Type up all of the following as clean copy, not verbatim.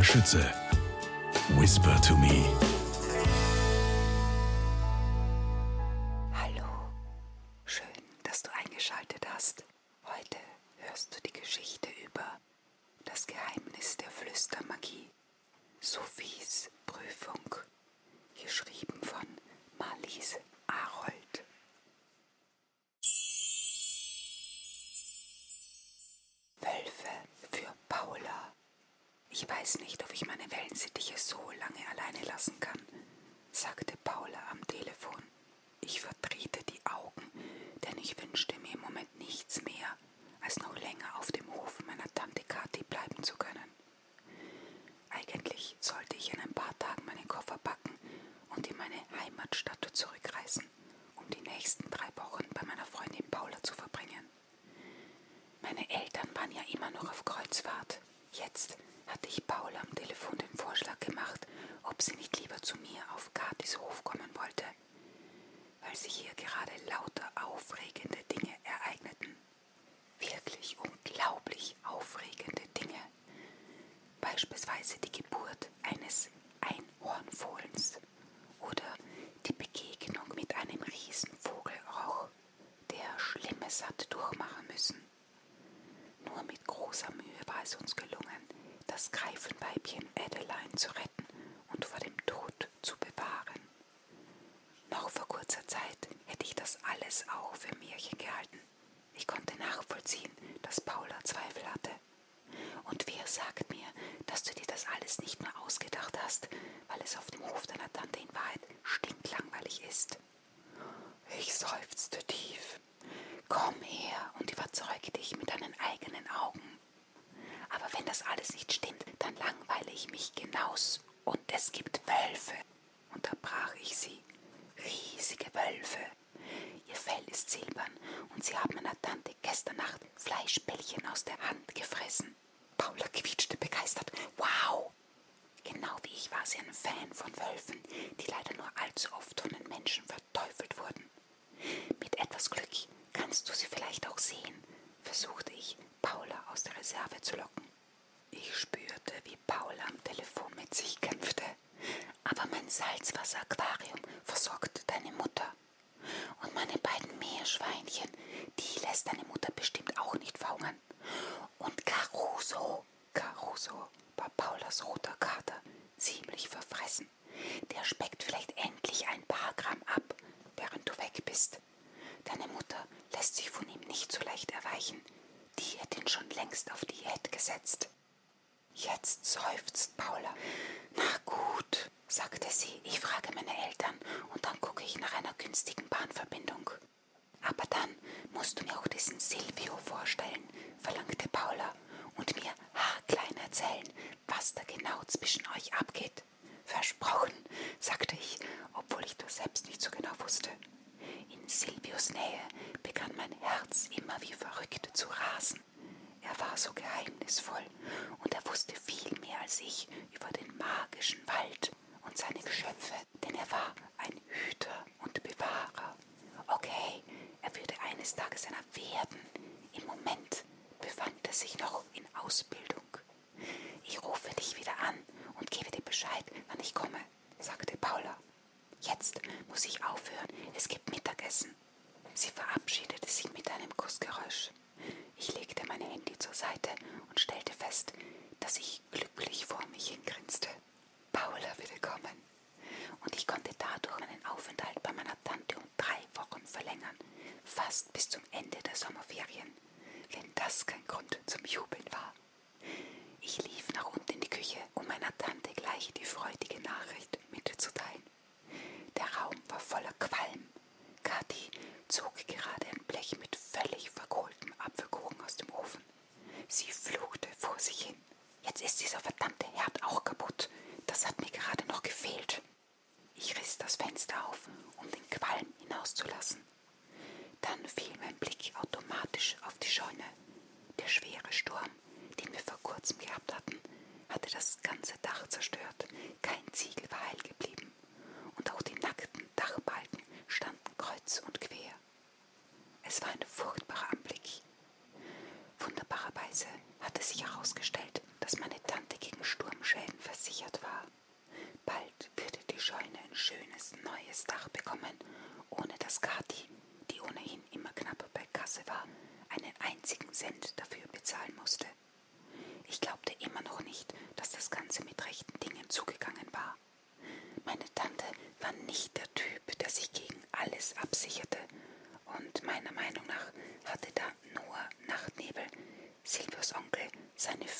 Schütze. Whisper to me. Hallo, schön, dass du eingeschaltet hast. Heute hörst du die Geschichte über das Geheimnis der Flüstermagie, Sophies Prüfung, geschrieben von Marlies Arold. Wölfe für Paula. Ich weiß nicht, ob ich meine Wellensittiche so lange alleine lassen kann, sagte Paula am Telefon. Ich verdrehte die Augen, denn ich wünschte mir im Moment nichts mehr, als noch länger auf dem Hof meiner Tante Kathi bleiben zu können. Eigentlich sollte ich in ein paar Tagen meinen Koffer packen und in meine Heimatstadt zurückreisen, um die nächsten 3 Wochen bei meiner Freundin Paula zu verbringen. Meine Eltern waren ja immer noch auf Kreuzfahrt. Jetzt hatte ich Paula am Telefon den Vorschlag gemacht, ob sie nicht lieber zu mir auf Kathis Hof kommen wollte, weil sich hier gerade lauter aufregende Dinge ereigneten. Wirklich unglaublich aufregende Dinge. Beispielsweise die Geburt eines Einhornfohlens oder die Begegnung mit einem Riesenvogelroch, der Schlimmes hat durchmachen müssen. Nur mit großer Mühe war es uns gelungen, das Greifenweibchen Adeline zu retten und vor dem Tod zu bewahren. Noch vor kurzer Zeit hätte ich das alles auch für Märchen gehalten. Ich konnte nachvollziehen, dass Paula Zweifel hatte. Und wer sagt mir, dass du dir das alles nicht nur ausgedacht hast, weil es auf dem Hof deiner Tante in Wahrheit stinklangweilig ist? Ich seufzte tief. Komm her und überzeuge dich mit deinen eigenen Augen. Aber wenn das alles nicht stimmt, dann langweile ich mich hinaus. Und es gibt Wölfe, unterbrach ich sie. Riesige Wölfe. Ihr Fell ist silbern und sie haben meiner Tante gestern Nacht Fleischbällchen aus der Hand gefressen. Paula quietschte begeistert. Wow! Genau wie ich war sie ein Fan von Wölfen, die leider nur allzu oft von den Menschen verteufelt wurden. Mit etwas Glück kannst du sie vielleicht auch sehen, versuchte ich, Paula aus der Reserve zu locken. Ich spürte, wie Paula am Telefon mit sich kämpfte. Aber mein Salzwasser-Aquarium versorgt deine Mutter. Und meine beiden Meerschweinchen, die lässt deine Mutter bestimmt auch nicht verhungern. Und Caruso war Paulas roter Kater, ziemlich verfressen. Der speckt vielleicht endlich ein paar Gramm ab, während du weg bist. Deine Mutter lässt sich von ihm nicht so leicht erweichen. Die hat ihn schon längst auf Diät gesetzt. Jetzt seufzt Paula. Na gut, sagte sie, ich frage meine Eltern und dann gucke ich nach einer günstigen Bahnverbindung. Aber dann musst du mir auch diesen Silvio vorstellen, verlangte Paula, und mir haarklein erzählen, was da genau zwischen euch abgeht. Versprochen, sagte ich, obwohl ich das selbst nicht so genau wusste. In Silvios Nähe begann mein Herz immer wie verrückt zu rasen. Er war so geheimnisvoll und er wusste viel mehr als ich über den magischen Wald und seine Geschöpfe, denn er war ein Hüter und Bewahrer. Okay, er würde eines Tages einer werden. Im Moment befand er sich noch in Ausbildung. Ich rufe dich wieder an und gebe dir Bescheid, wann ich komme, sagte Paula. Jetzt muss ich aufhören, es gibt Mittagessen. Sie verabschiedete sich mit einem Kussgeräusch. Ich legte mein Handy zur Seite und stellte fest, dass ich glücklich vor mich hingrinste. Paula würde kommen. Und ich konnte dadurch meinen Aufenthalt bei meiner Tante um 3 Wochen verlängern, fast bis zum Ende der Sommerferien, wenn das kein Grund zum Jubeln war. Ich lief nach unten in die Küche, um meiner Tante gleich die freudige Nachricht mitzuteilen. Der Raum war voller Qualm. Kathi zog gerade ein Blech mit völlig verkohltem Apfelkuchen aus dem Ofen. Sie fluchte vor sich hin. Jetzt ist dieser verdammte Herd auch kaputt. Das hat mir gerade noch gefehlt. Ich riss das Fenster auf, um den Qualm hinauszulassen. Dann fiel mein Blick automatisch auf die Scheune. Der schwere Sturm, den wir vor kurzem gehabt hatten, hatte das ganze Dach zerstört. Kein Ziegel war heil geblieben. Und auch die nackten Dachbalken standen kreuz und quer. Es war ein furchtbarer Anblick. Wunderbarerweise hatte sich herausgestellt, dass meine Tante gegen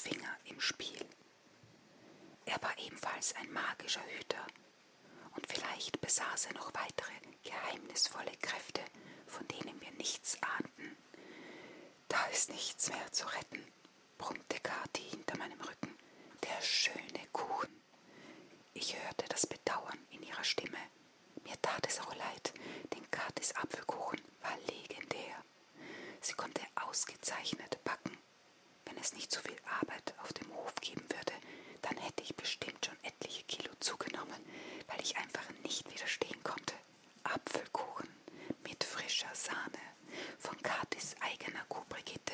Finger im Spiel. Er war ebenfalls ein magischer Hüter und vielleicht besaß er noch weitere geheimnisvolle Kräfte, von denen wir nichts ahnten. Da ist nichts mehr zu retten, brummte Kathi hinter meinem Rücken. Der schöne Kuchen. Ich hörte das Bedauern in ihrer Stimme. Mir tat es auch leid, denn Kathis Apfelkuchen war legendär. Sie konnte ausgezeichnet backen. Wenn es nicht so viel Arbeit auf dem Hof geben würde, dann hätte ich bestimmt schon etliche Kilo zugenommen, weil ich einfach nicht widerstehen konnte. Apfelkuchen mit frischer Sahne von Kathis eigener Kuh Brigitte.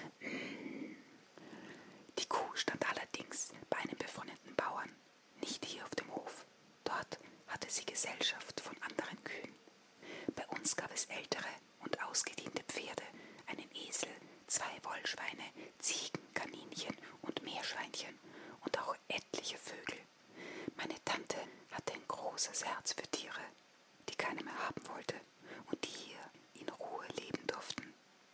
Die Kuh stand allerdings bei einem befreundeten Bauern, nicht hier auf dem Hof. Dort hatte sie Gesellschaft von anderen Kühen. Bei uns gab es ältere und ausgediente Pferde, einen Esel, 2 Wollschweine, Ziegen, Kaninchen und Meerschweinchen und auch etliche Vögel. Meine Tante hatte ein großes Herz für Tiere, die keiner mehr haben wollte und die hier in Ruhe leben durften.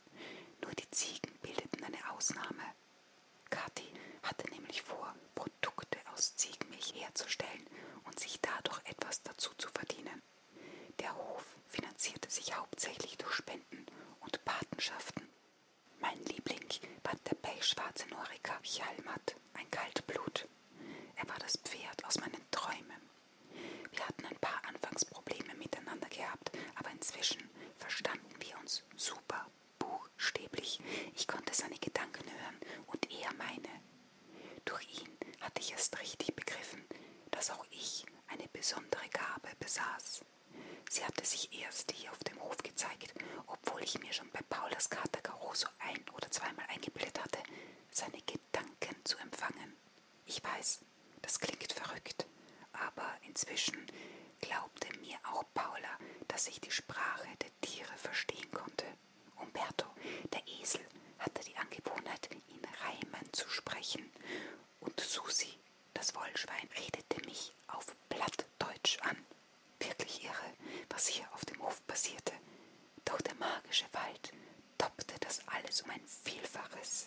Nur die Ziegen bildeten eine Ausnahme. Kathi hatte nämlich vor, Produkte aus Ziegenmilch herzustellen und sich dadurch etwas dazu zu verdienen. Der Hof finanzierte sich hauptsächlich durch Spenden und Patenschaften. Mein Liebling war der pechschwarze Norika Hjalmar, ein Kaltblut. Er war das Pferd aus meinen Träumen. Wir hatten ein paar Anfangsprobleme miteinander gehabt, aber inzwischen verstanden wir uns super, buchstäblich. Ich konnte seine Gedanken hören und er meine. Durch ihn hatte ich erst richtig begriffen, dass auch ich eine besondere Gabe besaß. Sie hatte sich erst hier auf dem Hof gezeigt, obwohl ich mir schon bei Paulas Kater Caroso 1- oder zweimal eingebildet hatte, seine Gedanken zu empfangen. Ich weiß, das klingt verrückt, aber inzwischen glaubte mir auch Paula, dass ich die Sprache der Tiere verstehen konnte. Umberto, der Esel, hatte die Angewohnheit, in Reimen zu sprechen, und Susi, das Wollschwein, redete mich auf Plattdeutsch an. Wirklich irre, was hier auf dem Hof passierte. Doch der magische Wald toppte das alles um ein Vielfaches.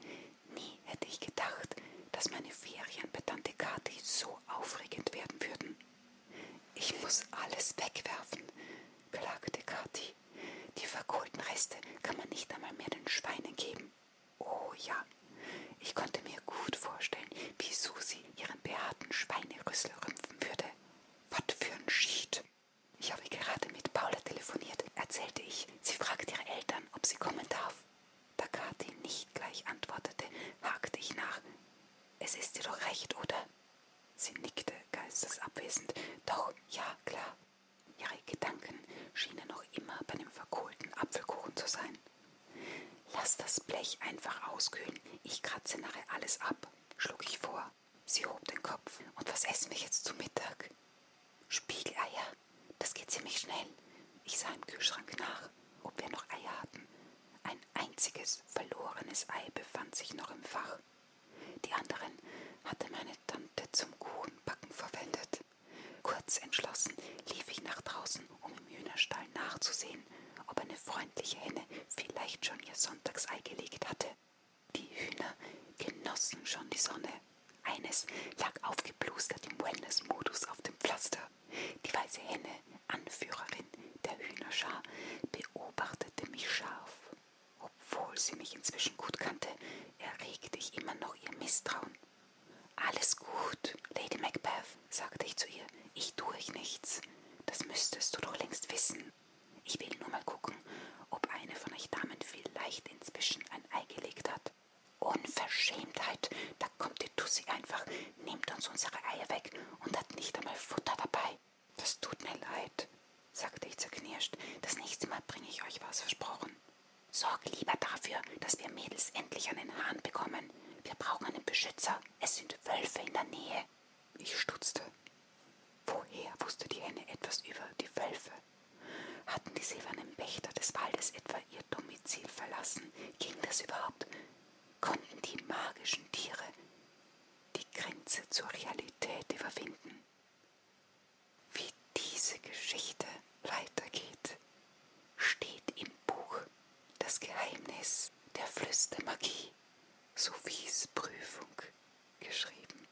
Nie hätte ich gedacht, dass meine Ferien bei Tante Kathi so aufregend werden würden. Ich muss alles wegwerfen, klagte Kathi. Die verkohlten Reste kann man nicht einmal mehr den Schweinen geben. Oh ja, ich konnte mir gut vorstellen, wie Susi ihren behaarten Schweinerüssel rümpfen würde. Was für ein Schied! Ich habe gerade mit Paula telefoniert, erzählte ich. Sie fragt ihre Eltern, ob sie kommen darf. Da Kathi nicht gleich antwortete, hakte ich nach. Es ist dir doch recht, oder? Sie nickte geistesabwesend. Doch, ja, klar. Ihre Gedanken schienen noch immer bei dem verkohlten Apfelkuchen zu sein. Lass das Blech einfach auskühlen. Ich kratze nachher alles ab, schlug ich vor. Sie hob den Kopf. Und was essen wir jetzt zu Mittag? Spiegeleier. Das geht ziemlich schnell. Ich sah im Kühlschrank nach, ob wir noch Eier hatten. Ein einziges verlorenes Ei befand sich noch im Fach. Die anderen hatte meine Tante zum Kuchenbacken verwendet. Kurz entschlossen lief ich nach draußen, um im Hühnerstall nachzusehen, ob eine freundliche Henne vielleicht schon ihr Sonntagsei gelegt hatte. Die Hühner genossen schon die Sonne. Eines lag aufgeplustert im Wellness-Modus auf dem Pflaster. Die weiße Henne, Anführerin der Hühnerschar, beobachtete mich scharf. Obwohl sie mich inzwischen gut kannte, erregte ich immer noch ihr Misstrauen. »Alles gut, Lady Macbeth«, sagte ich zu ihr. »Ich tue euch nichts. Das müsstest du doch längst wissen. Ich will nur mal gucken, ob eine von euch Damen vielleicht inzwischen ein Ei gelegt hat.« »Unverschämtheit, da kommt die Tussi einfach, nimmt uns unsere Eier weg und hat nicht einmal Futter dabei. Das tut mir leid«, sagte ich zerknirscht. »Das nächste Mal bringe ich euch was, versprochen. Sorg lieber dafür, dass wir Mädels endlich einen Hahn bekommen. Wir brauchen einen Beschützer. Es sind Wölfe in der Nähe.« Ich stutzte. Woher wusste die Henne etwas über die Wölfe? Hatten die silbernen Wächter des Waldes etwa ihr Domizil verlassen? Ging das überhaupt? Konnten die magischen Tiere die Grenze zur Realität überwinden? Wie diese Geschichte weitergeht, steht im Buch Das Geheimnis der Flüstermagie. Sophies Prüfung geschrieben.